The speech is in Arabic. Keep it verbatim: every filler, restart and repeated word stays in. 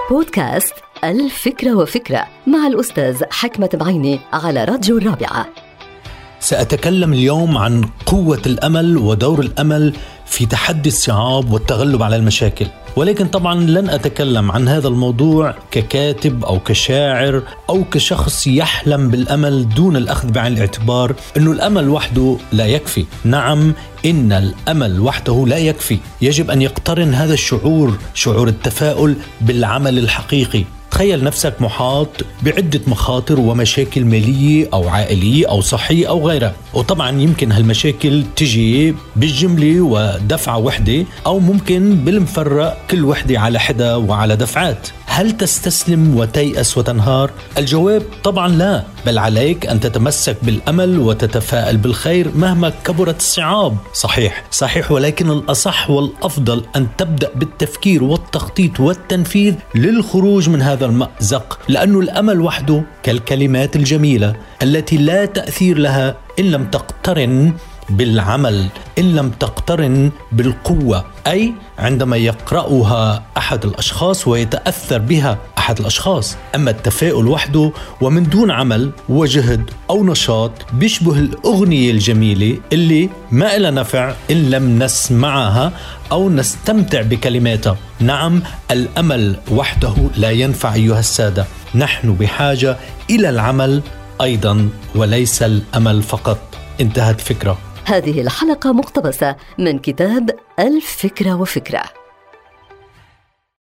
بودكاست الفكرة وفكرة مع الأستاذ حكمة بعيني على راديو الرابعة. سأتكلم اليوم عن قوة الأمل ودور الأمل في تحدي الصعاب والتغلب على المشاكل، ولكن طبعا لن أتكلم عن هذا الموضوع ككاتب أو كشاعر أو كشخص يحلم بالأمل دون الأخذ بعين الاعتبار أنه الأمل وحده لا يكفي. نعم، إن الأمل وحده لا يكفي، يجب أن يقترن هذا الشعور، شعور التفاؤل، بالعمل الحقيقي. تخيل نفسك محاط بعدة مخاطر ومشاكل مالية أو عائلية أو صحية أو غيرها، وطبعا يمكن هالمشاكل تجي بالجملة ودفعة وحدة، أو ممكن بالمفرق كل وحدة على حدة وعلى دفعات. هل تستسلم وتيأس وتنهار؟ الجواب طبعا لا، بل عليك أن تتمسك بالأمل وتتفائل بالخير مهما كبرت الصعاب. صحيح صحيح ولكن الأصح والأفضل أن تبدأ بالتفكير والتخطيط والتنفيذ للخروج من هذا المأزق، لأن الأمل وحده كالكلمات الجميلة التي لا تأثير لها إن لم تقترن بالعمل، إن لم تقترن بالقوة، أي عندما يقرأها أحد الأشخاص ويتأثر بها أحد الأشخاص. أما التفاؤل وحده ومن دون عمل وجهد أو نشاط بيشبه الأغنية الجميلة اللي ما إلها نفع إن لم نسمعها أو نستمتع بكلماتها. نعم، الأمل وحده لا ينفع أيها السادة، نحن بحاجة إلى العمل أيضا وليس الأمل فقط. انتهت فكرة. هذه الحلقة مقتبسة من كتاب الفكرة وفكرة.